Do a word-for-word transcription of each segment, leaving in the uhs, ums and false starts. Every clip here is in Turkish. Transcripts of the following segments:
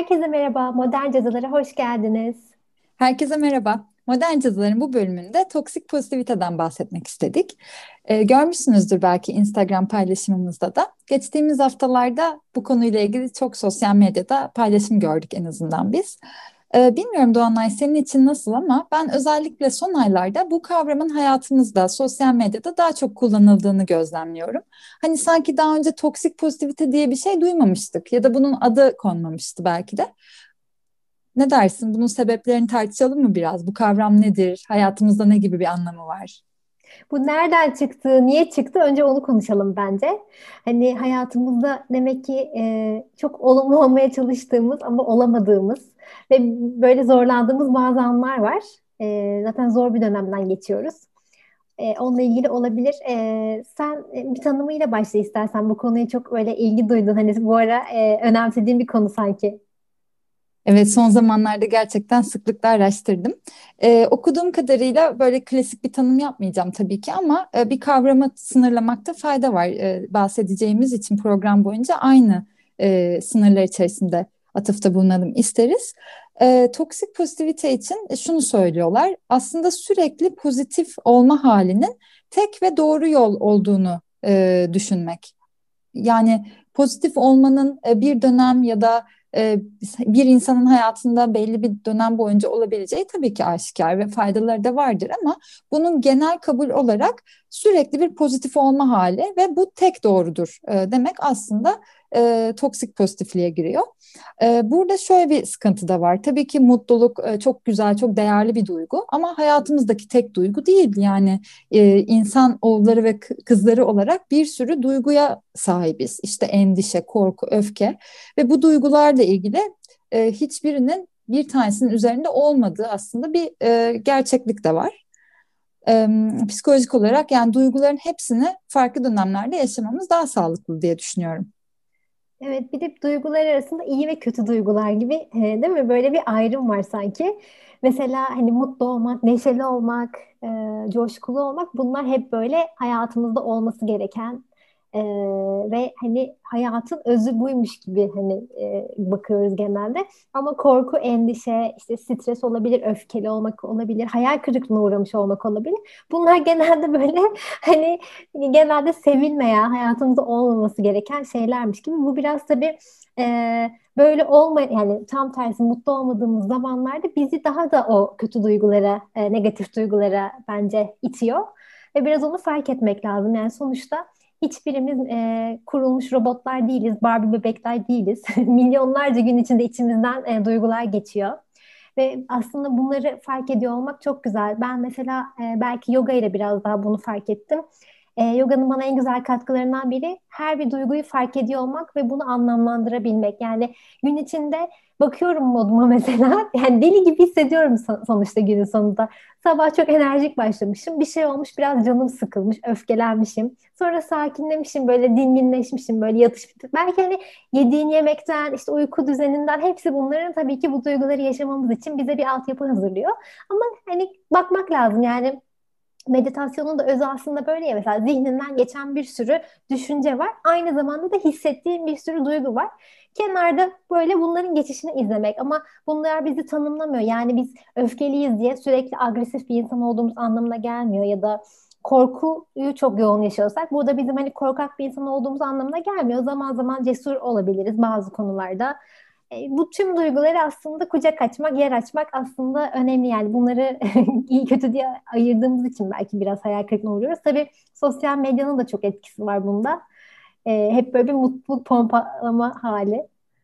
Herkese merhaba, Modern Cadılar'a hoş geldiniz. Herkese merhaba. Modern Cadılar'ın bu bölümünde toksik pozitiviteden bahsetmek istedik. Ee, görmüşsünüzdür belki Instagram paylaşımımızda da. Geçtiğimiz haftalarda bu konuyla ilgili çok sosyal medyada paylaşım gördük en azından biz. Ee, bilmiyorum Doğanay senin için nasıl ama ben özellikle son aylarda bu kavramın hayatımızda, sosyal medyada daha çok kullanıldığını gözlemliyorum. Hani sanki daha önce toksik pozitivite diye bir şey duymamıştık ya da bunun adı konmamıştı belki de. Ne dersin? Bunun sebeplerini tartışalım mı biraz? Bu kavram nedir? Hayatımızda ne gibi bir anlamı var? Bu nereden çıktı, niye çıktı? Önce onu konuşalım bence. Hani hayatımızda demek ki e, çok olumlu olmaya çalıştığımız ama olamadığımız ve böyle zorlandığımız bazı anlar var. E, zaten zor bir dönemden geçiyoruz. E, onunla ilgili olabilir. E, sen e, bir tanımıyla başla istersen. Bu konuya çok böyle ilgi duydun. Hani bu ara e, önemsediğin bir konu sanki. Evet, son zamanlarda gerçekten sıklıkla araştırdım. Ee, okuduğum kadarıyla böyle klasik bir tanım yapmayacağım tabii ki ama e, bir kavramı sınırlamakta fayda var. Ee, bahsedeceğimiz için program boyunca aynı e, sınırlar içerisinde atıfta bulunalım isteriz. Ee, toksik pozitivite için şunu söylüyorlar. Aslında sürekli pozitif olma halinin tek ve doğru yol olduğunu e, düşünmek. Yani pozitif olmanın e, bir dönem ya da e, bir insanın hayatında belli bir dönem boyunca olabileceği tabii ki aşikar ve faydaları da vardır ama bunun genel kabul olarak sürekli bir pozitif olma hali ve bu tek doğrudur e, demek aslında e, toksik pozitifliğe giriyor. E, burada şöyle bir sıkıntı da var. Tabii ki mutluluk e, çok güzel, çok değerli bir duygu ama hayatımızdaki tek duygu değil. Yani e, insan oğulları ve k- kızları olarak bir sürü duyguya sahibiz. İşte endişe, korku, öfke ve bu duygularla ilgili e, hiçbirinin bir tanesinin üzerinde olmadığı aslında bir e, gerçeklik de var. E, Psikolojik olarak yani duyguların hepsini farklı dönemlerde yaşamamız daha sağlıklı diye düşünüyorum. Evet, bir de duygular arasında iyi ve kötü duygular gibi, e, değil mi? Böyle bir ayrım var sanki. Mesela hani mutlu olmak, neşeli olmak, e, coşkulu olmak bunlar hep böyle hayatımızda olması gereken e, ve hani hayatın özü buymuş gibi hani e, bakıyoruz genelde. Ama korku, endişe, işte stres olabilir, öfkeli olmak olabilir, hayal kırıklığına uğramış olmak olabilir. Bunlar genelde böyle hani genelde sevilmeyen, hayatımızda olmaması gereken şeylermiş gibi. Bu biraz tabii e, böyle olma yani tam tersi mutlu olmadığımız zamanlarda bizi daha da o kötü duygulara, e, negatif duygulara bence itiyor. Ve biraz onu fark etmek lazım. Yani sonuçta hiçbirimiz e, kurulmuş robotlar değiliz, Barbie bebekler değiliz. Milyonlarca gün içinde içimizden e, duygular geçiyor. Ve aslında bunları fark ediyor olmak çok güzel. Ben mesela e, belki yoga ile biraz daha bunu fark ettim. E, yoganın bana en güzel katkılarından biri her bir duyguyu fark ediyor olmak ve bunu anlamlandırabilmek. Yani gün içinde bakıyorum moduma mesela. Yani deli gibi hissediyorum son- sonuçta günün sonunda. Sabah çok enerjik başlamışım. Bir şey olmuş, biraz canım sıkılmış, öfkelenmişim. Sonra sakinlemişim, böyle dinginleşmişim, böyle yatış. Belki hani yediğin yemekten, işte uyku düzeninden hepsi bunların tabii ki bu duyguları yaşamamız için bize bir altyapı hazırlıyor. Ama hani bakmak lazım yani meditasyonun da özü aslında böyle ya, mesela zihninden geçen bir sürü düşünce var. Aynı zamanda da hissettiğin bir sürü duygu var. Kenarda böyle bunların geçişini izlemek ama bunlar bizi tanımlamıyor. Yani biz öfkeliyiz diye sürekli agresif bir insan olduğumuz anlamına gelmiyor ya da korkuyu çok yoğun yaşıyorsak burada bizim hani korkak bir insan olduğumuz anlamına gelmiyor. Zaman zaman cesur olabiliriz bazı konularda. E, bu tüm duyguları aslında kucak açmak, yer açmak aslında önemli. Yani bunları iyi kötü diye ayırdığımız için belki biraz hayal kırıklığına uğruyoruz. Tabii sosyal medyanın da çok etkisi var bunda. E, hep böyle bir mutluluk pompalama hali.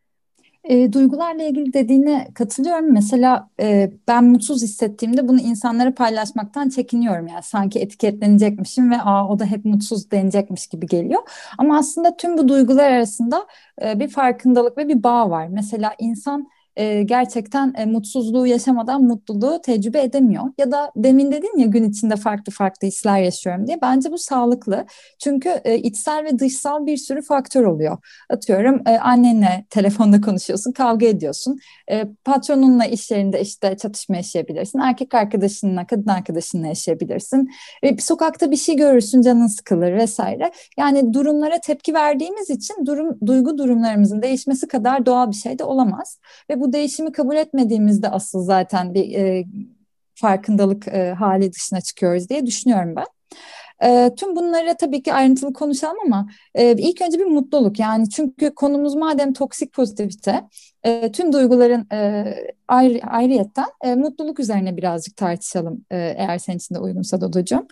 E, duygularla ilgili dediğine katılıyorum. Mesela e, ben mutsuz hissettiğimde bunu insanlara paylaşmaktan çekiniyorum. Yani sanki etiketlenecekmişim ve aa o da hep mutsuz denecekmiş gibi geliyor. Ama aslında tüm bu duygular arasında e, bir farkındalık ve bir bağ var. Mesela insan e, gerçekten e, mutsuzluğu yaşamadan mutluluğu tecrübe edemiyor. Ya da demin dedin ya gün içinde farklı farklı hisler yaşıyorum diye. Bence bu sağlıklı. Çünkü e, içsel ve dışsal bir sürü faktör oluyor. Atıyorum e, annenle telefonda konuşuyorsun, kavga ediyorsun. E, patronunla iş yerinde işte çatışma yaşayabilirsin. Erkek arkadaşınla, kadın arkadaşınla yaşayabilirsin. E, sokakta bir şey görürsün, canın sıkılır vesaire. Yani durumlara tepki verdiğimiz için durum, duygu durumlarımızın değişmesi kadar doğal bir şey de olamaz. Ve bu değişimi kabul etmediğimizde asıl zaten bir e, farkındalık e, hali dışına çıkıyoruz diye düşünüyorum ben. E, tüm bunları tabii ki ayrıntılı konuşalım ama e, ilk önce bir mutluluk. Yani çünkü konumuz madem toksik pozitivite, e, tüm duyguların e, ayrı, ayrıyetten e, mutluluk üzerine birazcık tartışalım e, eğer senin için de uygunsa Dodocuğum.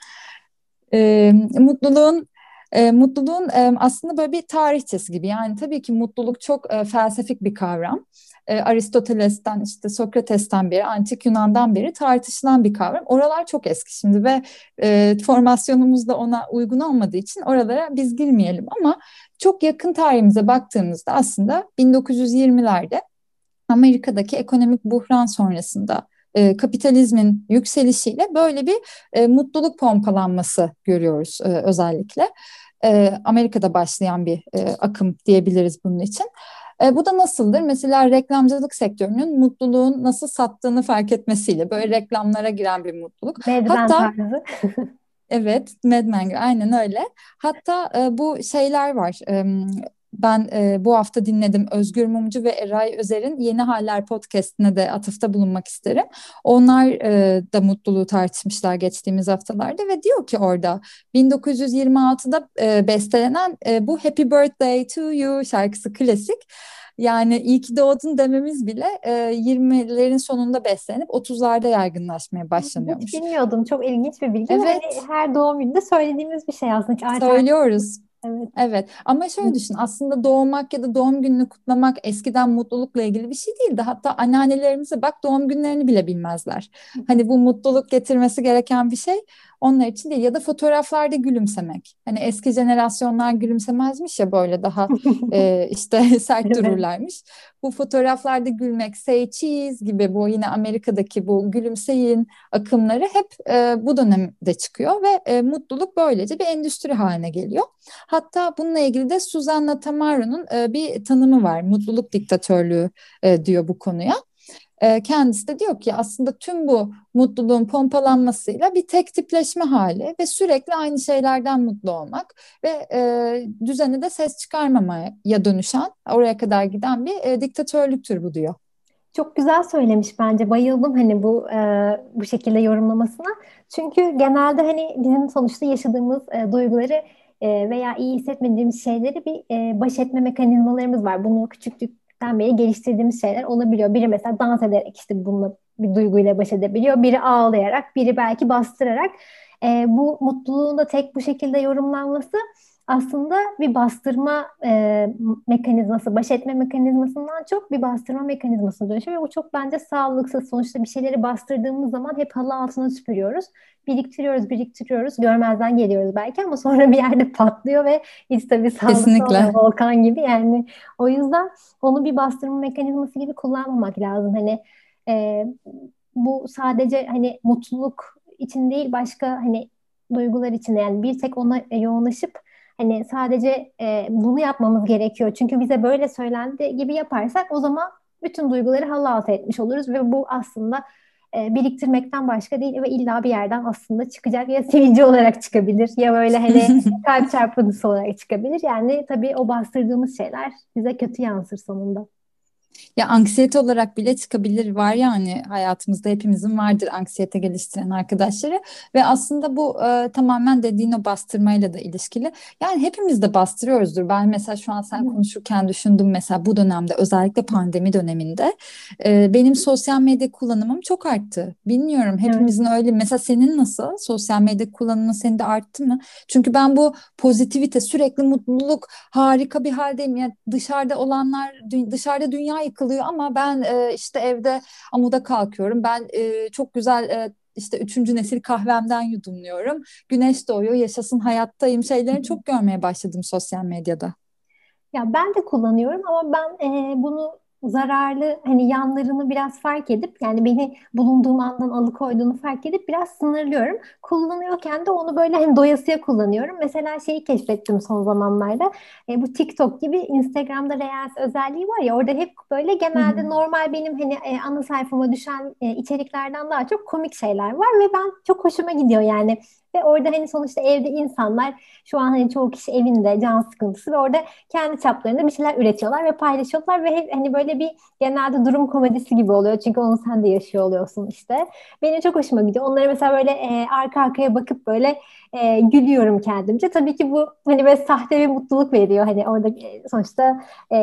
E, mutluluğun e, mutluluğun e, aslında böyle bir tarihçesi gibi. Yani tabii ki mutluluk çok e, felsefik bir kavram. E, Aristoteles'ten işte Sokrates'ten beri, Antik Yunan'dan beri tartışılan bir kavram. Oralar çok eski şimdi ve e, formasyonumuz da ona uygun olmadığı için oralara biz girmeyelim. Ama çok yakın tarihimize baktığımızda aslında bin dokuz yüz yirmilerde Amerika'daki ekonomik buhran sonrasında e, kapitalizmin yükselişiyle böyle bir e, mutluluk pompalanması görüyoruz e, özellikle. E, Amerika'da başlayan bir e, akım diyebiliriz bunun için. E, bu da nasıldır? Mesela reklamcılık sektörünün mutluluğun nasıl sattığını fark etmesiyle böyle reklamlara giren bir mutluluk. Mad Men Hatta tarzı. evet, Mad Men gibi, aynen öyle. Hatta e, bu şeyler var. E, ben e, bu hafta dinledim Özgür Mumcu ve Eray Özer'in Yeni Haller podcastine de atıfta bulunmak isterim. Onlar e, da mutluluğu tartışmışlar geçtiğimiz haftalarda ve diyor ki orada bin dokuz yüz yirmi altıda e, bestelenen e, bu Happy Birthday to You şarkısı klasik. Yani iyi ki doğdun dememiz bile e, yirmilerin sonunda beslenip otuzlarda yaygınlaşmaya Hiç başlanıyormuş. bilmiyordum. Çok ilginç bir bilgi ve hani Evet, her doğum gününde söylediğimiz bir şey aslında. Hiç alternatif. söylüyoruz. Evet. Evet ama şöyle düşün, aslında doğmak ya da doğum gününü kutlamak eskiden mutlulukla ilgili bir şey değildi. Hatta anneannelerimize bak, doğum günlerini bile bilmezler. Hani bu mutluluk getirmesi gereken bir şey onlar için değil. Ya da fotoğraflarda gülümsemek. Hani eski jenerasyonlar gülümsemezmiş ya, böyle daha e, işte sert Evet. dururlarmış. Bu fotoğraflarda gülmek, say cheese gibi, bu yine Amerika'daki bu gülümseyin akımları hep e, bu dönemde çıkıyor ve e, mutluluk böylece bir endüstri haline geliyor. Hatta bununla ilgili de Susanna Tamaro'nun e, bir tanımı var. Mutluluk diktatörlüğü e, diyor bu konuya. E, kendisi de diyor ki aslında tüm bu mutluluğun pompalanmasıyla bir tek tipleşme hali ve sürekli aynı şeylerden mutlu olmak ve e, düzeni de ses çıkarmamaya dönüşen, oraya kadar giden bir e, diktatörlüktür bu diyor. Çok güzel söylemiş bence. Bayıldım hani bu e, bu şekilde yorumlamasına. Çünkü genelde hani bizim sonuçta yaşadığımız e, duyguları e, veya iyi hissetmediğimiz şeyleri bir e, baş etme mekanizmalarımız var. Bunu küçüklükten beri geliştirdiğimiz şeyler olabiliyor. Biri mesela dans ederek işte bununla bir duyguyla baş edebiliyor. Biri ağlayarak, biri belki bastırarak. E, bu mutluluğun da tek bu şekilde yorumlanması aslında bir bastırma e, mekanizması, baş etme mekanizmasından çok bir bastırma mekanizmasına dönüşüyor. Ve bu çok bence sağlıksız. Sonuçta bir şeyleri bastırdığımız zaman hep halı altına süpürüyoruz. Biriktiriyoruz, biriktiriyoruz. Görmezden geliyoruz belki ama sonra bir yerde patlıyor ve hiç tabii sağlıklı olmuyor, Kesinlikle. volkan gibi. Yani o yüzden onu bir bastırma mekanizması gibi kullanmamak lazım. Hani e, bu sadece hani mutluluk için değil, başka hani duygular için de, yani bir tek ona yoğunlaşıp hani sadece e, bunu yapmamız gerekiyor. Çünkü bize böyle söylendi gibi yaparsak o zaman bütün duyguları halı altı etmiş oluruz ve bu aslında e, biriktirmekten başka değil ve illa bir yerden aslında çıkacak, ya sivilce olarak çıkabilir ya böyle hani kalp çarpıntısı olarak çıkabilir. Yani tabii o bastırdığımız şeyler bize kötü yansır sonunda. Ya anksiyete olarak bile çıkabilir, var yani hayatımızda hepimizin vardır anksiyete geliştiren arkadaşları ve aslında bu e, tamamen dediğin o bastırmayla da ilişkili. Yani hepimiz de bastırıyoruzdur. Ben mesela şu an sen konuşurken düşündüm, mesela bu dönemde özellikle pandemi döneminde e, benim sosyal medya kullanımım çok arttı. Bilmiyorum, Evet. hepimizin öyle. Mesela senin nasıl, sosyal medya kullanımın senin de arttı mı? Çünkü ben bu pozitivite, sürekli mutluluk, harika bir haldeyim. Ya dışarıda olanlar, dü- dışarıda dünya yıkılıyor ama ben e, işte evde amuda kalkıyorum. Ben e, çok güzel e, işte üçüncü nesil kahvemden yudumluyorum. Güneş doğuyor, yaşasın hayattayım şeylerini çok görmeye başladım sosyal medyada. Ya ben de kullanıyorum ama ben e, bunu zararlı hani yanlarını biraz fark edip, yani beni bulunduğum andan alıkoyduğunu fark edip biraz sınırlıyorum. Kullanıyorken de onu böyle hani doyasıya kullanıyorum. Mesela şeyi keşfettim son zamanlarda. E, bu TikTok gibi Instagram'da Reels özelliği var ya, orada hep böyle Hı hı. genelde normal benim hani e, ana sayfama düşen e, içeriklerden daha çok komik şeyler var ve ben çok hoşuma gidiyor yani. Ve orada hani sonuçta evde insanlar şu an hani çoğu kişi evinde can sıkıntısı ve orada kendi çaplarında bir şeyler üretiyorlar ve paylaşıyorlar ve hep hani böyle bir genelde durum komedisi gibi oluyor. Çünkü onu sen de yaşıyor oluyorsun işte. Benim çok hoşuma gidiyor. Onlara mesela böyle e, arka arkaya bakıp böyle e, gülüyorum kendimce. Tabii ki bu hani böyle sahte bir mutluluk veriyor. Hani orada e, sonuçta e,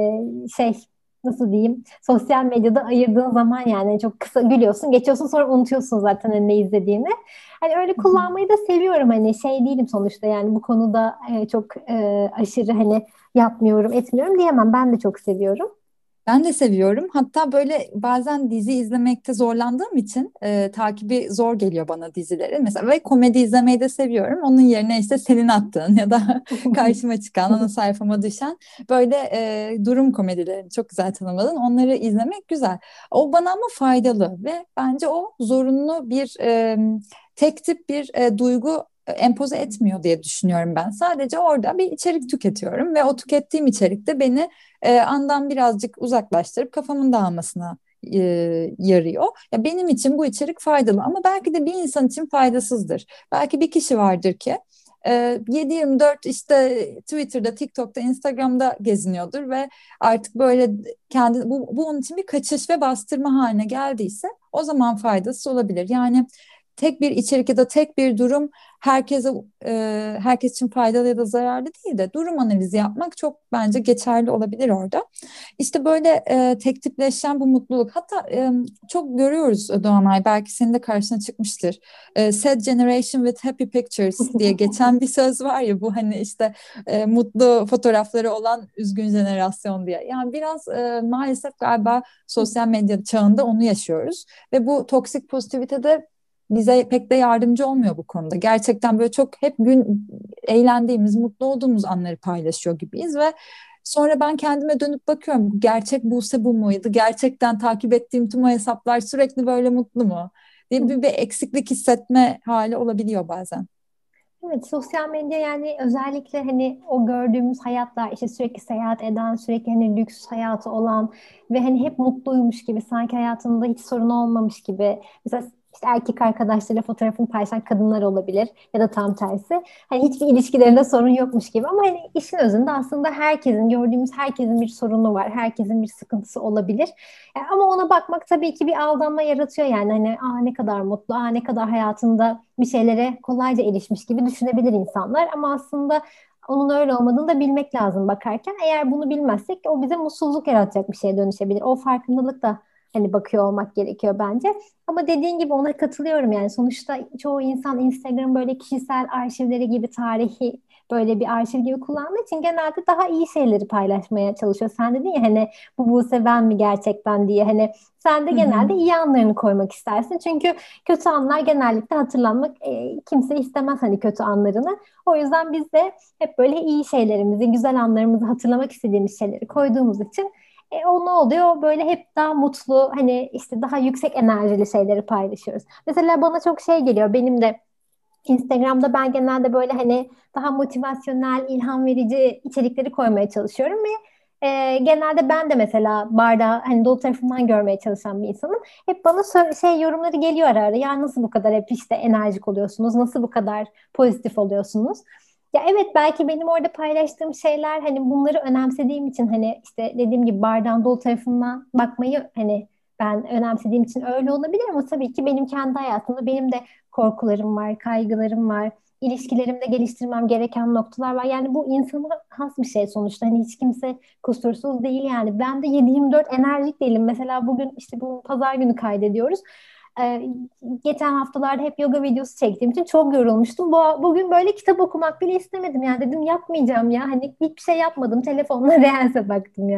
şey, nasıl diyeyim, sosyal medyada ayırdığın zaman yani hani çok kısa gülüyorsun, geçiyorsun, sonra unutuyorsun zaten hani ne izlediğini. Hani öyle Hı hı. kullanmayı da seviyorum, hani şey değilim sonuçta yani bu konuda e, çok e, aşırı hani yapmıyorum etmiyorum diyemem, ben de çok seviyorum. Ben de seviyorum. Hatta böyle bazen dizi izlemekte zorlandığım için e, takibi zor geliyor bana dizileri. Mesela ve komedi izlemeyi de seviyorum. Onun yerine işte senin attığın ya da karşıma çıkan, ana sayfama düşen böyle e, durum komedilerini çok güzel tanımladın. Onları izlemek güzel. O bana ama faydalı ve bence o zorunlu bir e, tek tip bir e, duygu e, empoze etmiyor diye düşünüyorum ben. Sadece orada bir içerik tüketiyorum ve o tükettiğim içerikte beni e, andan birazcık uzaklaştırıp kafamın dağılmasına e, yarıyor. Ya benim için bu içerik faydalı ama belki de bir insan için faydasızdır. Belki bir kişi vardır ki e, yedi yirmi dört işte Twitter'da, TikTok'ta, Instagram'da geziniyordur ve artık böyle kendi bu, bu onun için bir kaçış ve bastırma haline geldiyse o zaman faydası olabilir. Yani tek bir içerik ya da tek bir durum herkese e, herkes için faydalı ya da zararlı değil de durum analizi yapmak çok bence geçerli olabilir orada. İşte böyle e, tek tipleşen bu mutluluk. Hatta e, çok görüyoruz Doğanay, belki senin de karşına çıkmıştır. E, Sad Generation with Happy Pictures diye geçen bir söz var ya, bu hani işte e, mutlu fotoğrafları olan üzgün jenerasyon diye. Yani biraz e, maalesef galiba sosyal medya çağında onu yaşıyoruz ve bu toksik pozitivite de bize pek de yardımcı olmuyor bu konuda. Gerçekten böyle çok hep gün eğlendiğimiz, mutlu olduğumuz anları paylaşıyor gibiyiz ve sonra ben kendime dönüp bakıyorum. Gerçek Buse bu muydu? Gerçekten takip ettiğim tüm o hesaplar sürekli böyle mutlu mu? diye bir, bir eksiklik hissetme hali olabiliyor bazen. Evet, sosyal medya yani özellikle hani o gördüğümüz hayatlar, işte sürekli seyahat eden, sürekli hani lüks hayatı olan ve hani hep mutluymuş gibi, sanki hayatında hiç sorun olmamış gibi. Mesela işte erkek arkadaşlarıyla fotoğrafını paylaşan kadınlar olabilir ya da tam tersi. Hani hiçbir ilişkilerinde sorun yokmuş gibi ama hani işin özünde aslında herkesin, gördüğümüz herkesin bir sorunu var. Herkesin bir sıkıntısı olabilir. E, ama ona bakmak tabii ki bir aldanma yaratıyor yani hani aa ne kadar mutlu, aa ne kadar hayatında bir şeylere kolayca erişmiş gibi düşünebilir insanlar ama aslında onun öyle olmadığını da bilmek lazım bakarken. Eğer bunu bilmezsek o bize mutsuzluk yaratacak bir şeye dönüşebilir. O farkındalık da hani bakıyor olmak gerekiyor bence. Ama dediğin gibi ona katılıyorum yani. Sonuçta çoğu insan Instagram böyle kişisel arşivleri gibi, tarihi böyle bir arşiv gibi kullandığı için genelde daha iyi şeyleri paylaşmaya çalışıyor. Sen dedin ya hani bu Buse ben mi gerçekten diye, hani sen de Hı hı. genelde iyi anlarını koymak istersin. Çünkü kötü anlar genellikle hatırlanmak e, kimse istemez hani kötü anlarını. O yüzden biz de hep böyle iyi şeylerimizi, güzel anlarımızı hatırlamak istediğimiz şeyleri koyduğumuz için e, o ne oluyor? Böyle hep daha mutlu, hani işte daha yüksek enerjili şeyleri paylaşıyoruz. Mesela bana çok şey geliyor. Benim de Instagram'da ben genelde böyle hani daha motivasyonel, ilham verici içerikleri koymaya çalışıyorum ve e, genelde ben de mesela bardağı hani dolu tarafından görmeye çalışan bir insanım. Hep bana sö- şey yorumları geliyor ara ara. Ya nasıl bu kadar hep işte enerjik oluyorsunuz? Nasıl bu kadar pozitif oluyorsunuz? Ya evet, belki benim orada paylaştığım şeyler hani bunları önemsediğim için, hani işte dediğim gibi bardağın dolu tarafından bakmayı hani ben önemsediğim için öyle olabilir ama tabii ki benim kendi hayatımda benim de korkularım var, kaygılarım var, ilişkilerimde geliştirmem gereken noktalar var. Yani bu insana has bir şey sonuçta. Hani hiç kimse kusursuz değil yani. Ben de yedi yirmi dört enerjik değilim. Mesela bugün işte bu pazar günü kaydediyoruz. Ee, geçen haftalarda hep yoga videosu çektiğim için çok yorulmuştum. Bu, bugün böyle kitap okumak bile istemedim. Yani dedim yapmayacağım ya. Hani hiçbir şey yapmadım. Telefonla Reels'e baktım yani.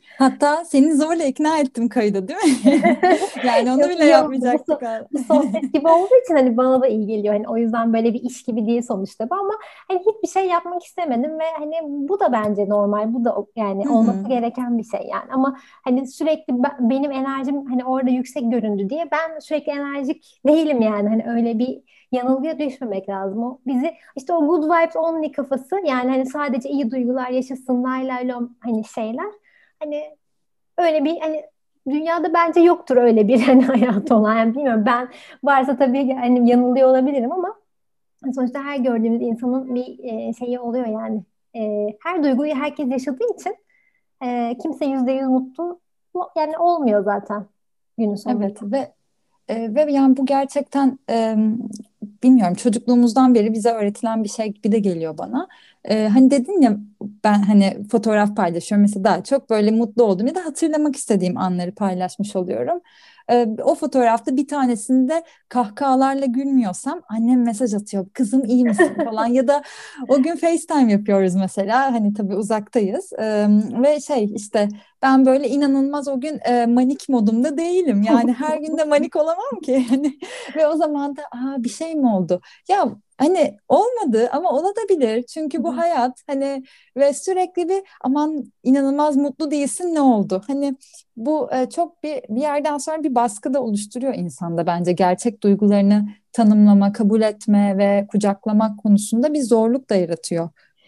Hatta seni zorla ikna ettim kayda, değil mi? Yani onu Yok, bile iyi oldu. Bu, yapmayacaktık. so- bu sohbet gibi olduğu için hani bana da iyi geliyor. Hani o yüzden böyle bir iş gibi değil sonuçta bu, ama hani hiçbir şey yapmak istemedim ve hani bu da bence normal. Bu da o- yani Hı olması hı. gereken bir şey yani. Ama hani sürekli ben- benim enerjim hani orada yüksek göründü diye ben sürekli enerjik değilim yani. Hani öyle bir yanılgıya düşmemek lazım. O bizi işte o good vibes only kafası, yani hani sadece iyi duygular yaşasın lay lay lom hani şeyler. Hani öyle bir hani dünyada bence yoktur öyle bir hani hayat olan. Yani bilmiyorum, ben varsa tabii ki hani yanılıyor olabilirim, ama sonuçta her gördüğümüz insanın bir e, şeyi oluyor yani. E, her duyguyu herkes yaşadığı için e, kimse yüzde yüz mutlu yani olmuyor zaten günün sonunda. Evet ve e, ve yani bu gerçekten e, bilmiyorum, çocukluğumuzdan beri bize öğretilen bir şey gibi de geliyor bana. E, hani dedin ya, ben hani fotoğraf paylaşıyorum mesela, daha çok böyle mutlu olduğum ya da hatırlamak istediğim anları paylaşmış oluyorum. E, o fotoğrafta bir tanesinde kahkahalarla gülmüyorsam annem mesaj atıyor, kızım iyi misin falan, ya da o gün FaceTime yapıyoruz mesela, hani tabii uzaktayız. E, ve şey işte, ben böyle inanılmaz o gün e, manik modumda değilim. Yani her gün de manik olamam ki. Yani ve o zaman da aa, bir şey mi oldu? Ya hani olmadı ama olabilir. Çünkü bu hayat, hani ve sürekli bir aman inanılmaz mutlu değilsin, ne oldu? Hani bu e, çok bir bir yerden sonra bir baskı da oluşturuyor insanda, bence gerçek duygularını tanımlama, kabul etme ve kucaklamak konusunda bir zorluk da yaratıyor.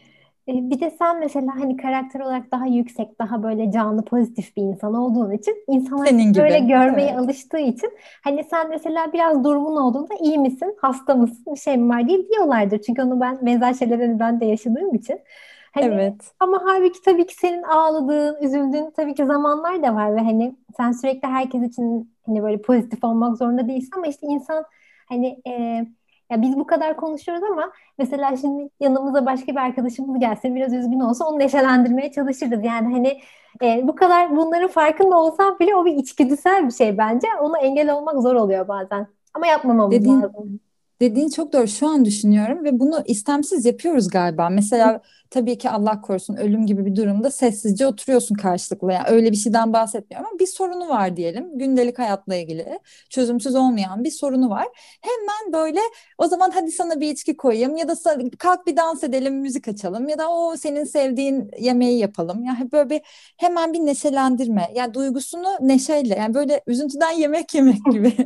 E, Bir de sen mesela hani karakter olarak daha yüksek, daha böyle canlı, pozitif bir insan olduğun için insanlar Senin seni öyle gibi. görmeye Evet. alıştığı için hani sen mesela biraz durgun olduğunda iyi misin, hasta mısın, bir şey mi var diye diyorlardır. Çünkü onu ben benzer şeyleri ben de yaşadığım için. Hani Evet. ama halbuki tabii ki senin ağladığın, üzüldüğün tabii ki zamanlar da var ve hani sen sürekli herkes için hani böyle pozitif olmak zorunda değilsin, ama işte insan hani e, ya biz bu kadar konuşuyoruz ama mesela şimdi yanımıza başka bir arkadaşımız gelse, biraz üzgün olsa onu neşelendirmeye çalışırız. Yani hani e, bu kadar bunların farkında olsam bile o bir içgüdüsel bir şey bence. Ona engel olmak zor oluyor bazen. Ama yapmamamız Dediğin lazım. Dediğin çok doğru. Şu an düşünüyorum ve bunu istemsiz yapıyoruz galiba. Mesela tabii ki Allah korusun ölüm gibi bir durumda sessizce oturuyorsun karşılıklı. Yani öyle bir şeyden bahsetmiyorum ama bir sorunu var diyelim. Gündelik hayatla ilgili çözümsüz olmayan bir sorunu var. Hemen böyle, o zaman hadi sana bir içki koyayım ya da sa- kalk bir dans edelim, müzik açalım ya da o senin sevdiğin yemeği yapalım. Yani böyle bir, hemen bir neşelendirme. Yani duygusunu neşeyle, yani böyle üzüntüden yemek yemek gibi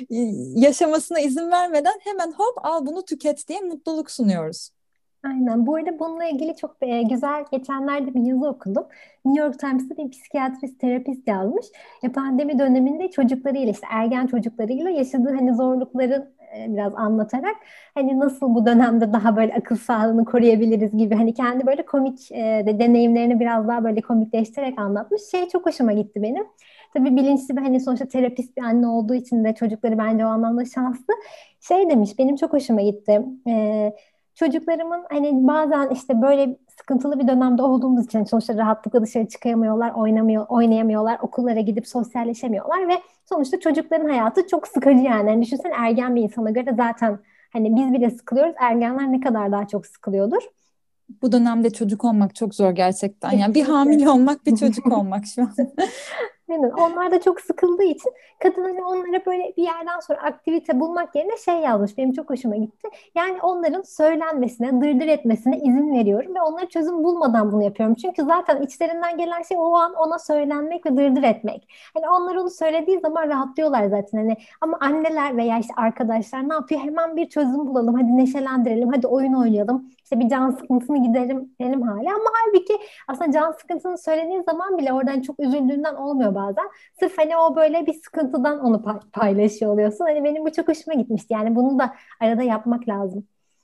yaşamasına izin vermeden hemen hop al bunu tüket diye mutluluk sunuyoruz. Aynen. Bu arada bununla ilgili çok e, güzel geçenlerde bir yazı okudum. New York Times'ta bir psikiyatrist, terapist yazmış. E, pandemi döneminde çocuklarıyla, işte ergen çocuklarıyla yaşadığı hani zorlukları e, biraz anlatarak hani nasıl bu dönemde daha böyle akıl sağlığını koruyabiliriz gibi hani kendi böyle komik e, de deneyimlerini biraz daha böyle komikleştirerek anlatmış. Şey çok hoşuma gitti benim. Tabii bilinçli bir hani sonuçta terapist bir anne olduğu için de çocukları bence o anlamda şanslı. Şey demiş, benim çok hoşuma gitti. E, Çocuklarımın hani bazen işte böyle sıkıntılı bir dönemde olduğumuz için sonuçta rahatlıkla dışarı çıkamıyorlar, oynamıyor, oynayamıyorlar, okullara gidip sosyalleşemiyorlar ve sonuçta çocukların hayatı çok sıkıcı yani. Hani düşünsene, ergen bir insana göre zaten hani biz bile sıkılıyoruz. Ergenler ne kadar daha çok sıkılıyordur. Bu dönemde çocuk olmak çok zor gerçekten. Yani bir Kesinlikle. hamile olmak, bir çocuk olmak şu an. Aynen. Onlar da çok sıkıldığı için kadın hani onlara böyle bir yerden sonra aktivite bulmak yerine şey yazmış. Benim çok hoşuma gitti. Yani onların söylenmesine, dırdır etmesine izin veriyorum ve onlara çözüm bulmadan bunu yapıyorum. Çünkü zaten içlerinden gelen şey o an ona söylenmek ve dırdır etmek. Hani onlar onu söylediği zaman rahatlıyorlar zaten. Hani ama anneler veya işte arkadaşlar ne yapıyor? Hemen bir çözüm bulalım. Hadi neşelendirelim. Hadi oyun oynayalım. İşte bir can sıkıntısını giderelim, giderelim hali. Ama halbuki aslında can sıkıntısını söylediğin zaman bile oradan çok üzüldüğünden olmuyor bazen. Sırf hani o böyle bir sıkıntıdan onu pay- paylaşıyor oluyorsun. Hani benim bu çok hoşuma gitmişti. Yani bunu da arada yapmak lazım.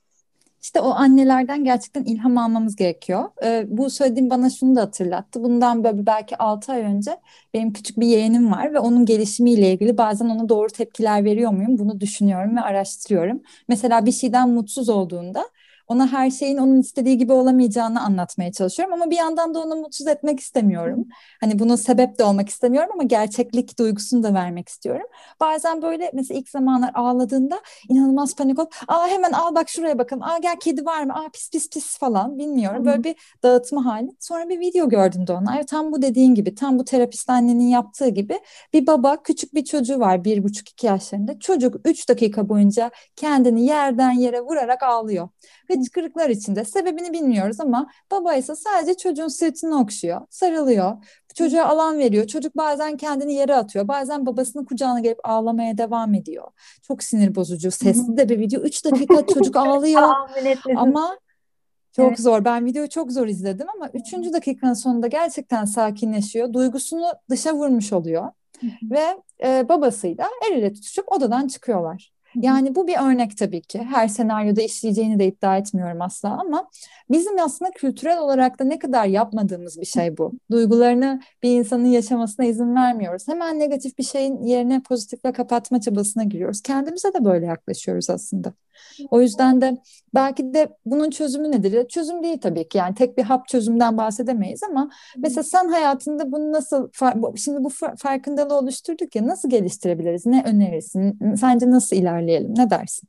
İşte o annelerden gerçekten ilham almamız gerekiyor. Ee, bu söylediğim bana şunu da hatırlattı. Bundan böyle belki altı ay önce benim küçük bir yeğenim var ve onun gelişimiyle ilgili bazen ona doğru tepkiler veriyor muyum? Bunu düşünüyorum ve araştırıyorum. Mesela bir şeyden mutsuz olduğunda Ona her şeyin onun istediği gibi olamayacağını anlatmaya çalışıyorum ama bir yandan da onu mutsuz etmek istemiyorum. Hani buna sebep de olmak istemiyorum ama gerçeklik duygusunu da vermek istiyorum. Bazen böyle mesela ilk zamanlar ağladığında inanılmaz panik olup aa hemen al bak şuraya bakalım. Aa gel kedi var mı? Aa pis pis pis falan bilmiyorum. Böyle bir dağıtma hali. Sonra bir video gördüm de ona. Ay, tam bu dediğin gibi, tam bu terapist annenin yaptığı gibi bir baba küçük bir çocuğu var bir buçuk iki yaşlarında. Çocuk üç dakika boyunca kendini yerden yere vurarak ağlıyor. Hıçkırıklar içinde. Sebebini bilmiyoruz ama baba ise sadece çocuğun sırtını okşuyor, sarılıyor. Çocuğa alan veriyor. Çocuk bazen kendini yere atıyor. Bazen babasının kucağına gelip ağlamaya devam ediyor. Çok sinir bozucu. Sesli de bir video. Üç dakika çocuk ağlıyor. Tahmin etmesin. Ama çok Evet. zor. Ben videoyu çok zor izledim ama üçüncü dakikanın sonunda gerçekten sakinleşiyor. Duygusunu dışa vurmuş oluyor ve e, babasıyla el ele tutuşup odadan çıkıyorlar. Yani bu bir örnek tabii ki. Her senaryoda işleyeceğini de iddia etmiyorum asla ama bizim aslında kültürel olarak da ne kadar yapmadığımız bir şey bu. Duygularını bir insanın yaşamasına izin vermiyoruz. Hemen negatif bir şeyin yerine pozitifle kapatma çabasına giriyoruz. Kendimize de böyle yaklaşıyoruz aslında. O yüzden de belki de bunun çözümü nedir? Çözüm değil tabii ki. Yani tek bir hap çözümden bahsedemeyiz ama mesela sen hayatında bunu nasıl far- şimdi bu fa- farkındalığı oluşturduk ya, nasıl geliştirebiliriz? Ne önerirsin? Sence nasıl ilerleyelim? Ne dersin?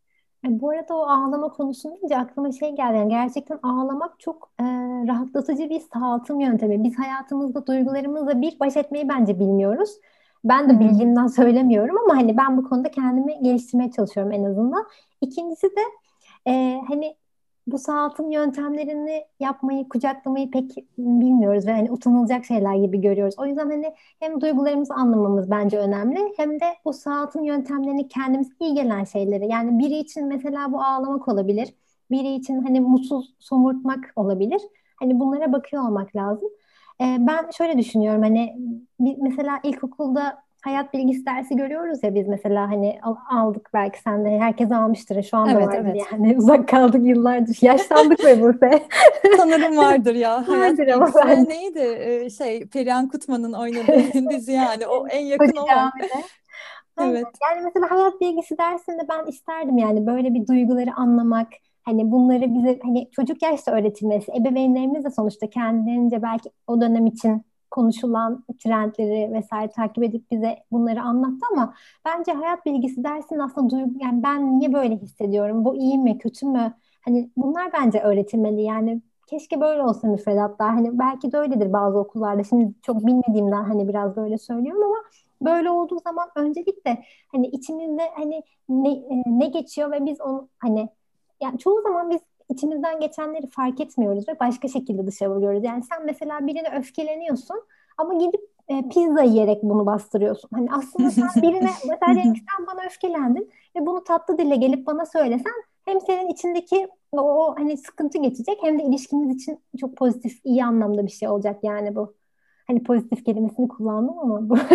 E, Bu arada o ağlama konusunu deyince aklıma şey geldi. Yani gerçekten ağlamak çok e, rahatlatıcı bir sağaltım yöntemi. Biz hayatımızda duygularımızla bir baş etmeyi bence bilmiyoruz. Ben Hı de hı. bildiğimden söylemiyorum ama hani ben bu konuda kendimi geliştirmeye çalışıyorum en azından. İkincisi de e, hani bu sağaltım yöntemlerini yapmayı, kucaklamayı pek bilmiyoruz ve hani utanılacak şeyler gibi görüyoruz. O yüzden hani hem duygularımızı anlamamız bence önemli hem de bu sağaltım yöntemlerini kendimize iyi gelen şeyleri. Yani biri için mesela bu ağlamak olabilir. Biri için hani mutsuz somurtmak olabilir. Hani bunlara bakıyor olmak lazım. Ee, ben şöyle düşünüyorum hani bir, mesela ilkokulda hayat bilgisi dersi görüyoruz ya biz mesela hani al- aldık belki sen de herkes almıştır şu anda Evet, vardır evet. yani uzak kaldık yıllardır yaşlandık ve Buse Sanırım vardır ya, hayat vardır ama bilgisi ve ben neydi Ee, şey Perihan Kutman'ın oynadığı dizi, yani o en yakın Koca o var. Cami'de. Aynen. Evet. Yani mesela hayat bilgisi dersinde ben isterdim yani böyle bir duyguları anlamak, hani bunları bize hani çocuk yaşta öğretilmesi, ebeveynlerimiz de sonuçta kendilerince belki o dönem için konuşulan trendleri vesaire takip edip bize bunları anlattı ama bence hayat bilgisi dersinin aslında duygu yani ben niye böyle hissediyorum, bu iyi mi kötü mü? Hani bunlar bence öğretilmeli yani keşke böyle olsa müfredatta. Hani belki de öyledir bazı okullarda. Şimdi çok bilmediğimden hani biraz böyle söylüyorum ama böyle olduğu zaman öncelikle hani içimizde hani ne, e, ne geçiyor ve biz onu hani yani çoğu zaman biz içimizden geçenleri fark etmiyoruz ve başka şekilde dışa vuruyoruz. Yani sen mesela birine öfkeleniyorsun ama gidip e, pizza yiyerek bunu bastırıyorsun. Hani aslında sen birine mesela diyelim ki sen bana öfkelendin ve bunu tatlı dille gelip bana söylesen hem senin içindeki o, o hani sıkıntı geçecek hem de ilişkiniz için çok pozitif, iyi anlamda bir şey olacak yani bu. Hani pozitif kelimesini kullandım ama bu.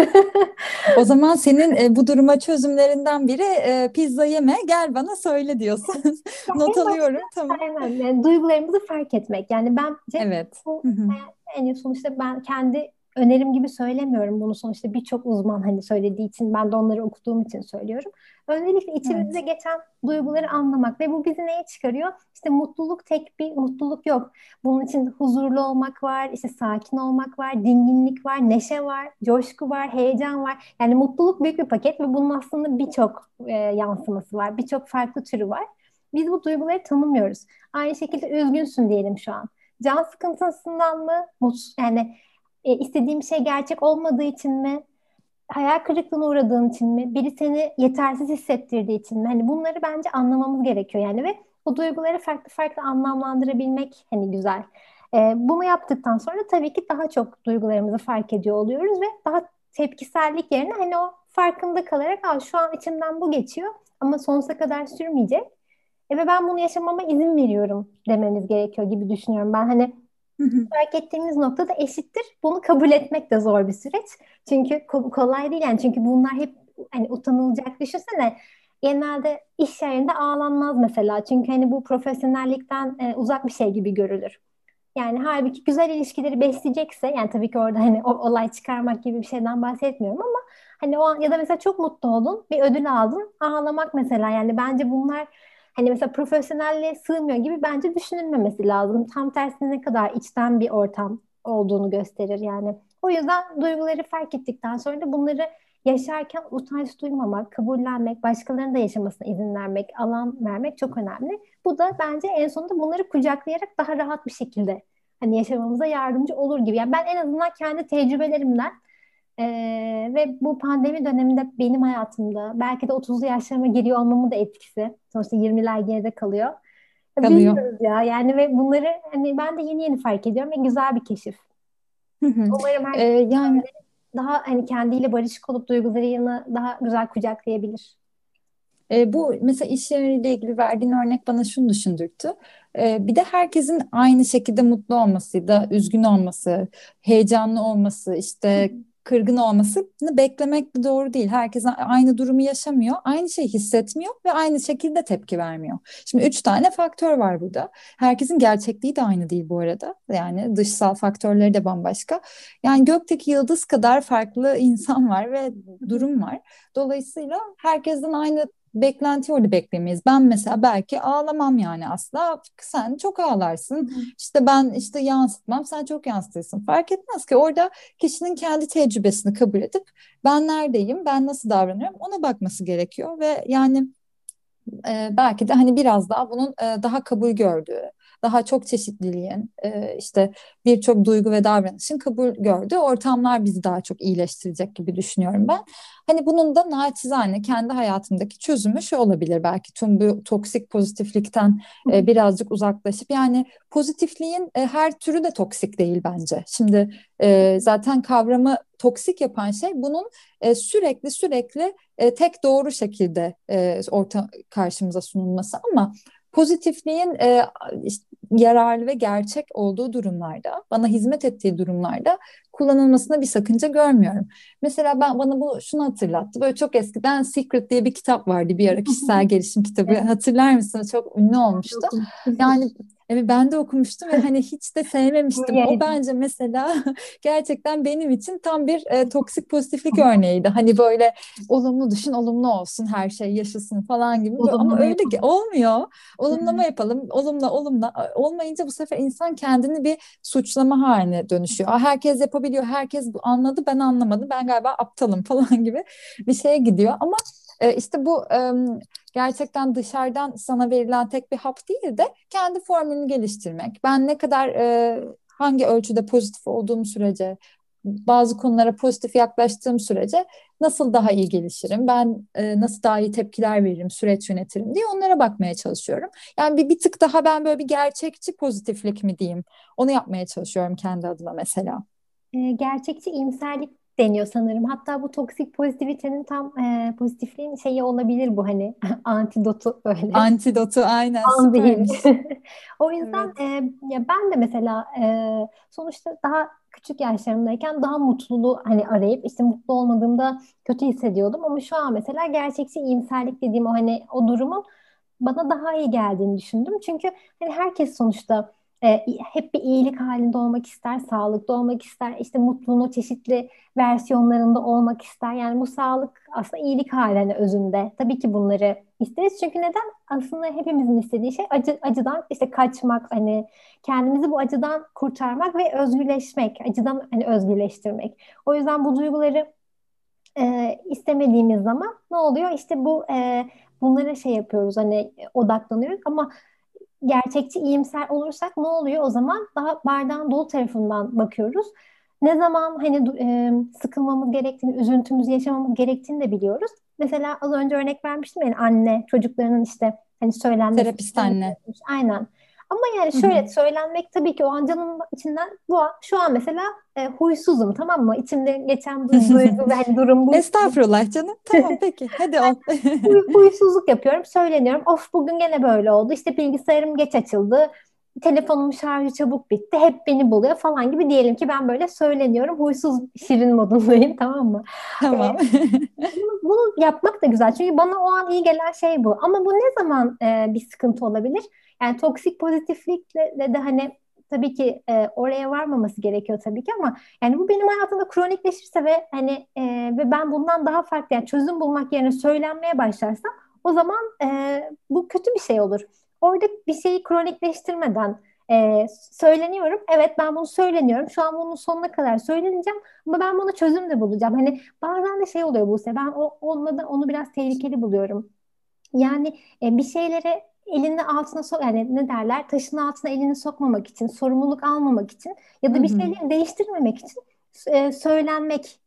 O zaman senin e, bu duruma çözümlerinden biri e, pizza yeme, gel bana söyle diyorsun. Ya Not en başta alıyorum, tamam. aynen yani duygularımızı fark etmek. Yani bence Evet. bu Hı hı. e, yani sonuçta ben kendi önerim gibi söylemiyorum bunu sonuçta birçok uzman hani söylediği için ben de onları okuduğum için söylüyorum. Öncelikle içimizde Evet. geçen duyguları anlamak ve bu bizi neye çıkarıyor? İşte mutluluk tek bir mutluluk yok. Bunun için huzurlu olmak var, işte sakin olmak var, dinginlik var, neşe var, coşku var, heyecan var. Yani mutluluk büyük bir paket ve bunun aslında birçok e, yansıması var, birçok farklı türü var. Biz bu duyguları tanımıyoruz. Aynı şekilde üzgünsün diyelim şu an. Can sıkıntısından mı? Mutsuz, yani e, istediğim şey gerçek olmadığı için mi? Hayal kırıklığına uğradığın için mi? Biri seni yetersiz hissettirdiği için mi? Hani bunları bence anlamamız gerekiyor yani ve o duyguları farklı farklı anlamlandırabilmek hani güzel. E, bunu yaptıktan sonra tabii ki daha çok duygularımızı fark ediyor oluyoruz ve daha tepkisellik yerine hani o farkında kalarak Aa, şu an içimden bu geçiyor ama sonsuza kadar sürmeyecek. E ve ben bunu yaşamama izin veriyorum dememiz gerekiyor gibi düşünüyorum. Ben hani Hı hı. fark ettiğimiz noktada eşittir. Bunu kabul etmek de zor bir süreç. Çünkü ko- kolay değil yani. Çünkü bunlar hep hani utanılacak. Düşünsene genelde iş yerinde ağlanmaz mesela. Çünkü hani bu profesyonellikten e, uzak bir şey gibi görülür. Yani halbuki güzel ilişkileri besleyecekse yani tabii ki orada hani o olay çıkarmak gibi bir şeyden bahsetmiyorum ama hani o an ya da mesela çok mutlu oldun bir ödül aldın ağlamak mesela yani bence bunlar hani mesela profesyonelliğe sığmıyor gibi bence düşünülmemesi lazım. Tam tersine ne kadar içten bir ortam olduğunu gösterir yani. O yüzden duyguları fark ettikten sonra da bunları yaşarken utanç duymamak, kabullenmek, başkalarının da yaşamasına izin vermek, alan vermek çok önemli. Bu da bence en sonunda bunları kucaklayarak daha rahat bir şekilde hani yaşamamıza yardımcı olur gibi. Yani ben en azından kendi tecrübelerimden eee, ve bu pandemi döneminde benim hayatımda belki de otuzlu yaşlarıma giriyor olmamın da etkisi. Sonuçta yirmiler geride kalıyor. Kalıyor. Bilmiyoruz ya yani ve bunları hani ben de yeni yeni fark ediyorum ve güzel bir keşif. Hı hı. Umarım Ee, herkes yani daha hani kendiyle barışık olup duygularını daha güzel kucaklayabilir. E, bu mesela iş yeriyle ilgili verdiğin örnek bana şunu düşündürttü. E, bir de herkesin aynı şekilde mutlu olması da üzgün olması, heyecanlı olması, işte kırgın olmasını beklemek de doğru değil. Herkes a- aynı durumu yaşamıyor, aynı şeyi hissetmiyor ve aynı şekilde tepki vermiyor. Şimdi üç tane faktör var burada. Herkesin gerçekliği de aynı değil bu arada. Yani dışsal faktörleri de bambaşka. Yani gökteki yıldız kadar farklı insan var ve durum var. Dolayısıyla herkesten aynı beklenti orada beklemeyiz. Ben mesela belki ağlamam yani asla. Sen çok Hı ağlarsın. hı. İşte ben işte yansıtmam, sen çok yansıtırsın. Fark etmez ki orada kişinin kendi tecrübesini kabul edip ben neredeyim, ben nasıl davranıyorum ona bakması gerekiyor ve yani e, belki de hani biraz daha bunun e, daha kabul gördüğü, daha çok çeşitliliğin, e, işte birçok duygu ve davranışın kabul gördüğü ortamlar bizi daha çok iyileştirecek gibi düşünüyorum ben. Hani bunun da naçizane kendi hayatımdaki çözümü şu olabilir belki tüm bu toksik pozitiflikten Hı e, hı. birazcık uzaklaşıp yani pozitifliğin e, her türü de toksik değil bence. Şimdi e, zaten kavramı toksik yapan şey bunun e, sürekli sürekli e, tek doğru şekilde e, orta karşımıza sunulması ama pozitifliğin e, işte, yararlı ve gerçek olduğu durumlarda, bana hizmet ettiği durumlarda kullanılmasına bir sakınca görmüyorum. Mesela ben bana bu şunu hatırlattı. Böyle çok eskiden Secret diye bir kitap vardı bir ara kişisel gelişim kitabı. Evet, Hatırlar mısınız? Çok ünlü olmuştu. okumuştum. Yani evet, ben de okumuştum ve hani hiç de Bu sevmemiştim. O yayın. bence mesela gerçekten benim için tam bir e, toksik pozitiflik örneğiydi. Hani böyle olumlu düşün, olumlu olsun, her şey yaşasın falan gibi. Böyle- Ama Olumlama öyle ki yapalım. olmuyor. Olumlama Evet. yapalım, olumla olumla. Olmayınca bu sefer insan kendini bir suçlama haline dönüşüyor. Aa, herkes yapabiliyor, herkes bu anladı, ben anlamadım, ben galiba aptalım falan gibi bir şeye gidiyor. Ama e, işte bu e, gerçekten dışarıdan sana verilen tek bir hap değil de kendi formülünü geliştirmek. Ben ne kadar e, hangi ölçüde pozitif olduğum sürece bazı konulara pozitif yaklaştığım sürece nasıl daha iyi gelişirim, ben e, nasıl daha iyi tepkiler veririm, süreç yönetirim diye onlara bakmaya çalışıyorum. Yani bir, bir tık daha ben böyle bir gerçekçi pozitiflik mi diyeyim, onu yapmaya çalışıyorum kendi adıma mesela. E, gerçekçi iyimserlik deniyor sanırım. Hatta bu toksik pozitivitenin tam e, pozitifliğin şeyi olabilir bu hani antidotu böyle. Antidotu aynen Panzehiri. süpermiş. O yüzden Evet. e, ya ben de mesela e, sonuçta daha küçük yaşlarımdayken daha mutluluğu hani arayıp işte mutlu olmadığımda kötü hissediyordum ama şu an mesela gerçekçi iyimserlik dediğim o hani o durumun bana daha iyi geldiğini düşündüm. Çünkü hani herkes sonuçta e, hep bir iyilik halinde olmak ister, sağlıklı olmak ister, işte mutluluğun çeşitli versiyonlarında olmak ister. Yani bu sağlık aslında iyilik hali hani özünde. Tabii ki bunları isteriz. Çünkü neden? Aslında hepimizin istediği şey acı, acıdan işte kaçmak, hani kendimizi bu acıdan kurtarmak ve özgürleşmek, acıdan hani özgürleştirmek. O yüzden bu duyguları e, istemediğimiz zaman ne oluyor? İşte bu e, bunlara şey yapıyoruz hani odaklanıyoruz ama gerçekçi, iyimser olursak ne oluyor? O zaman daha bardağın dolu tarafından bakıyoruz. Ne zaman hani du- e, sıkılmamız gerektiğini, üzüntümüzü yaşamamız gerektiğini de biliyoruz. Mesela az önce örnek vermiştim yani anne çocuklarının işte hani söylenmesi. Terapist anne. Aynen. Ama yani Hı hı. şöyle söylenmek tabii ki o an canımın içinden bu an, şu an mesela e, huysuzum tamam mı? İçimde geçen bu duygu ve hani durum bu. Estağfurullah canım. Tamam peki hadi ol. Huy- Huysuzluk yapıyorum, söyleniyorum. Of bugün gene böyle oldu. İşte bilgisayarım geç açıldı. Telefonumun şarjı çabuk bitti. Hep beni buluyor falan gibi diyelim ki ben böyle söyleniyorum. Huysuz şirin modundayım tamam mı? Ee, Tamam. bunu, bunu yapmak da güzel. Çünkü bana o an iyi gelen şey bu. Ama bu ne zaman e, bir sıkıntı olabilir? Yani toksik pozitiflikle de, de hani tabii ki e, oraya varmaması gerekiyor tabii ki ama yani bu benim hayatımda kronikleşirse ve hani e, ve ben bundan daha farklı yani çözüm bulmak yerine söylenmeye başlarsam O zaman e, bu kötü bir şey olur. Orada bir şeyi kronikleştirmeden e, söyleniyorum. Evet, ben bunu söyleniyorum. Şu an bunun sonuna kadar söyleneceğim. Ama ben buna çözüm de bulacağım. Hani bazen de şey oluyor Buse. Ben o, onunla da onu biraz tehlikeli buluyorum. Yani e, bir şeylere elini altına sok, yani ne derler, taşın altına elini sokmamak için, sorumluluk almamak için ya Hı da bir hı. şeyleri değiştirmemek için e, söylenmek.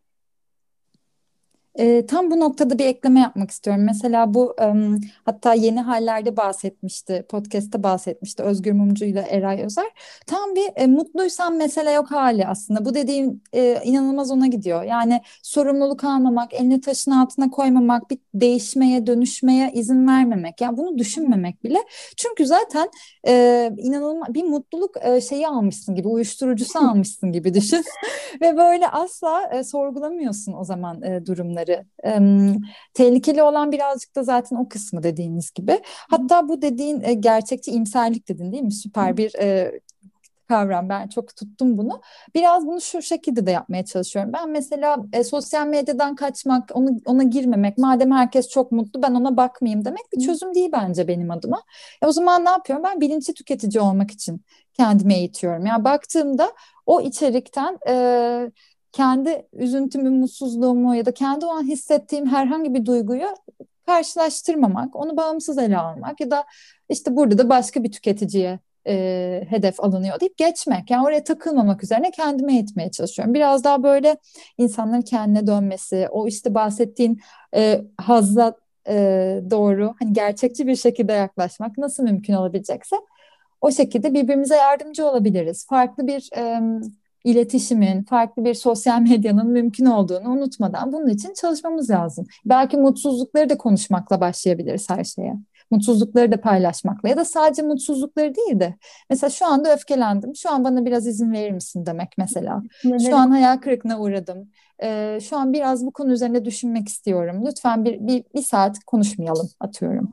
E, tam bu noktada bir ekleme yapmak istiyorum. Mesela bu em, hatta Yeni Haller'de bahsetmişti, podcast'te bahsetmişti Özgür Mumcu ile Eray Özer. Tam bir e, mutluysan mesele yok hali aslında. Bu dediğim e, inanılmaz ona gidiyor. Yani sorumluluk almamak, elini taşın altına koymamak, bir değişmeye, dönüşmeye izin vermemek. Yani bunu düşünmemek bile. Çünkü zaten e, inanılmaz bir mutluluk e, şeyi almışsın gibi, uyuşturucusu almışsın gibi düşün. Ve böyle asla e, sorgulamıyorsun o zaman e, durumları. E, tehlikeli olan birazcık da zaten o kısmı dediğiniz gibi. Hatta bu dediğin e, gerçekçi iyimserlik dedin değil mi? Süper bir e, kavram. Ben çok tuttum bunu. Biraz bunu şu şekilde de yapmaya çalışıyorum. Ben mesela e, sosyal medyadan kaçmak, onu, ona girmemek, madem herkes çok mutlu ben ona bakmayayım demek bir çözüm değil bence benim adıma. E, o zaman ne yapıyorum? Ben bilinçli tüketici olmak için kendimi eğitiyorum. Yani baktığımda o içerikten e, kendi üzüntümü, mutsuzluğumu ya da kendi o an hissettiğim herhangi bir duyguyu karşılaştırmamak, onu bağımsız ele almak ya da işte burada da başka bir tüketiciye e, hedef alınıyor deyip geçmek. Yani oraya takılmamak üzerine kendime eğitmeye çalışıyorum. Biraz daha böyle insanların kendine dönmesi, o işte bahsettiğin e, hazza e, doğru, hani gerçekçi bir şekilde yaklaşmak nasıl mümkün olabilecekse o şekilde birbirimize yardımcı olabiliriz. Farklı bir e, iletişimin, farklı bir sosyal medyanın mümkün olduğunu unutmadan bunun için çalışmamız lazım. Belki mutsuzlukları da konuşmakla başlayabiliriz her şeye. Mutsuzlukları da paylaşmakla ya da sadece mutsuzlukları değil de mesela şu anda öfkelendim. Şu an bana biraz izin verir misin demek mesela. Şu Neleri an hayal kırıklığına uğradım. Ee, şu an biraz bu konu üzerinde düşünmek istiyorum. Lütfen bir, bir, bir saat konuşmayalım atıyorum.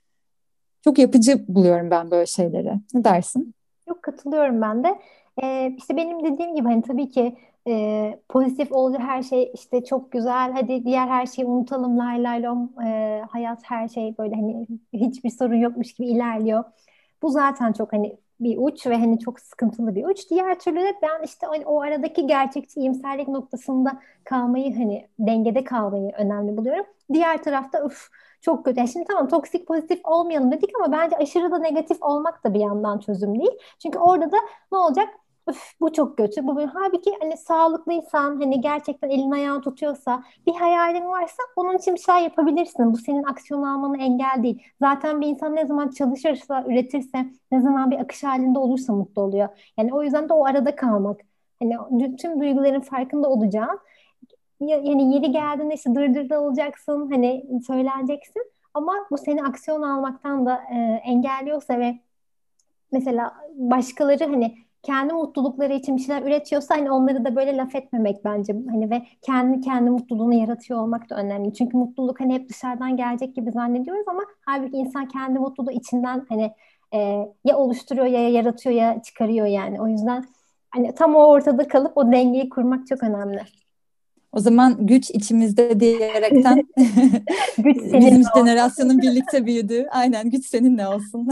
Çok yapıcı buluyorum ben böyle şeyleri. Ne dersin? Yok, katılıyorum ben de. Ee, işte benim dediğim gibi hani tabii ki e, pozitif olunca her şey işte çok güzel. Hadi diğer her şeyi unutalım, lay lay lom. Ee, hayat her şey böyle hani hiçbir sorun yokmuş gibi ilerliyor. Bu zaten çok hani bir uç ve hani çok sıkıntılı bir uç. Diğer türlü de ben işte hani o aradaki gerçekçi iyimserlik noktasında kalmayı, hani dengede kalmayı önemli buluyorum. Diğer tarafta uf, çok kötü. Yani şimdi tamam, toksik pozitif olmayalım dedik ama bence aşırı da negatif olmak da bir yandan çözüm değil. Çünkü orada da ne olacak? Üf, bu çok kötü. Bu böyle. Halbuki hani sağlıklıysan, hani gerçekten elin ayağın tutuyorsa, bir hayalin varsa onun için bir şey yapabilirsin. Bu senin aksiyon almanı engel değil. Zaten bir insan ne zaman çalışırsa, üretirse, ne zaman bir akış halinde olursa mutlu oluyor. Yani o yüzden de o arada kalmak. Hani tüm duyguların farkında olacağın, ya- yani yeri geldiğinde işte dırdırda olacaksın, hani söyleneceksin, ama bu seni aksiyon almaktan da e, engelliyorsa ve mesela başkaları hani kendi mutlulukları için bir şeyler üretiyorsa, hani onları da böyle laf etmemek bence, hani ve kendi kendi mutluluğunu yaratıyor olmak da önemli. Çünkü mutluluk hani hep dışarıdan gelecek gibi zannediyoruz ama halbuki insan kendi mutluluğu içinden hani e, ya oluşturuyor ya yaratıyor ya çıkarıyor yani. O yüzden hani tam o ortada kalıp o dengeyi kurmak çok önemli. O zaman güç içimizde diyerekten Güç senin. bizim jenerasyonun birlikte büyüdüğü, aynen güç seninle olsun.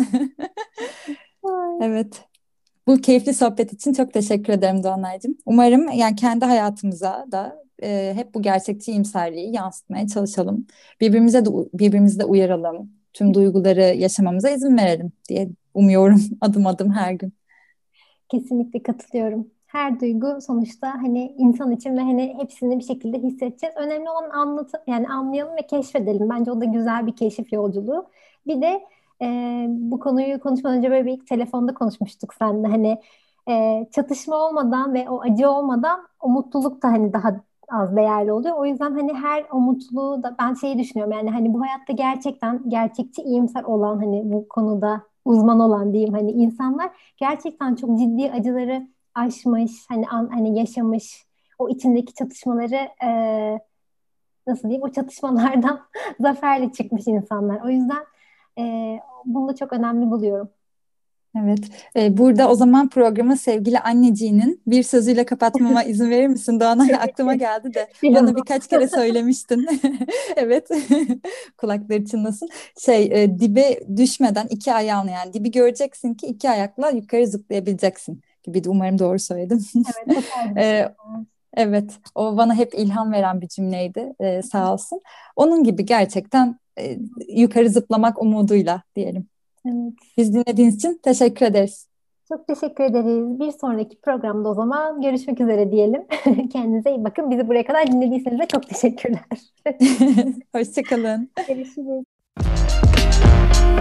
Ay, Evet. Bu keyifli sohbet için çok teşekkür ederim Doğanaycığım. Umarım yani kendi hayatımıza da e, hep bu gerçekçi iyimserliği yansıtmaya çalışalım. Birbirimize de birbirimizi de uyaralım. Tüm duyguları yaşamamıza izin verelim diye umuyorum adım adım her gün. kesinlikle katılıyorum. Her duygu sonuçta hani insan için ve hani hepsini bir şekilde hissedeceğiz. Önemli olan anlat, yani anlayalım ve keşfedelim. Bence o da güzel bir keşif yolculuğu. Bir de e, bu konuyu konuşmadan önce böyle bir telefonda konuşmuştuk seninle. Hani e, çatışma olmadan ve o acı olmadan o mutluluk da hani daha az değerli oluyor. O yüzden hani her o mutluluğu da ben şeyi düşünüyorum. Yani hani bu hayatta gerçekten gerçekçi iyimser olan, hani bu konuda uzman olan diyeyim, hani insanlar gerçekten çok ciddi acıları aşmış, hani an- hani yaşamış, o içindeki çatışmaları e, nasıl diyeyim, o çatışmalardan zaferle çıkmış insanlar. O yüzden e, bunu da çok önemli buluyorum. Evet. Ee, burada o zaman programı sevgili anneciğinin bir sözüyle kapatmama izin verir misin? Doğanay, Tabii aklıma ki. geldi de Biraz bana birkaç kere söylemiştin. Evet. Kulakları çınlasın. Şey, e, dibe düşmeden iki ayağını, yani dibi göreceksin ki iki ayakla yukarı zıplayabileceksin gibi de, umarım doğru söyledim. evet, o tarz bir şey. Ee, evet. O bana hep ilham veren bir cümleydi. Ee, sağ olsun. Onun gibi gerçekten e, yukarı zıplamak umuduyla diyelim. Evet. Biz dinlediğiniz için teşekkür ederiz. Çok teşekkür ederiz. Bir sonraki programda o zaman görüşmek üzere diyelim. Kendinize iyi bakın. Bizi buraya kadar dinlediyseniz de çok teşekkürler. Hoşça kalın. Görüşürüz.